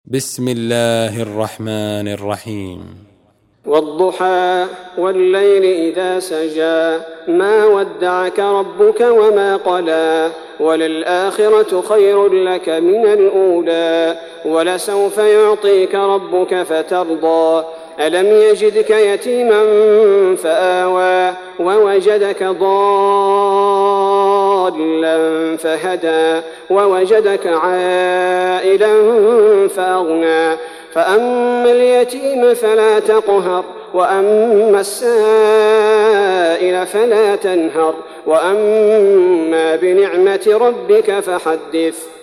بسم الله الرحمن الرحيم. والضحى والليل إذا سجى ما ودعك ربك وما قلى وللآخرة خير لك من الأولى ولسوف يعطيك ربك فترضى ألم يجدك يتيما فآوى ووجدك ضالا فهدى ووجدك عائلا فأغنى فأما اليتيم فلا تقهر وأما السائل فلا تنهر وأما بنعمة ربك فحدث.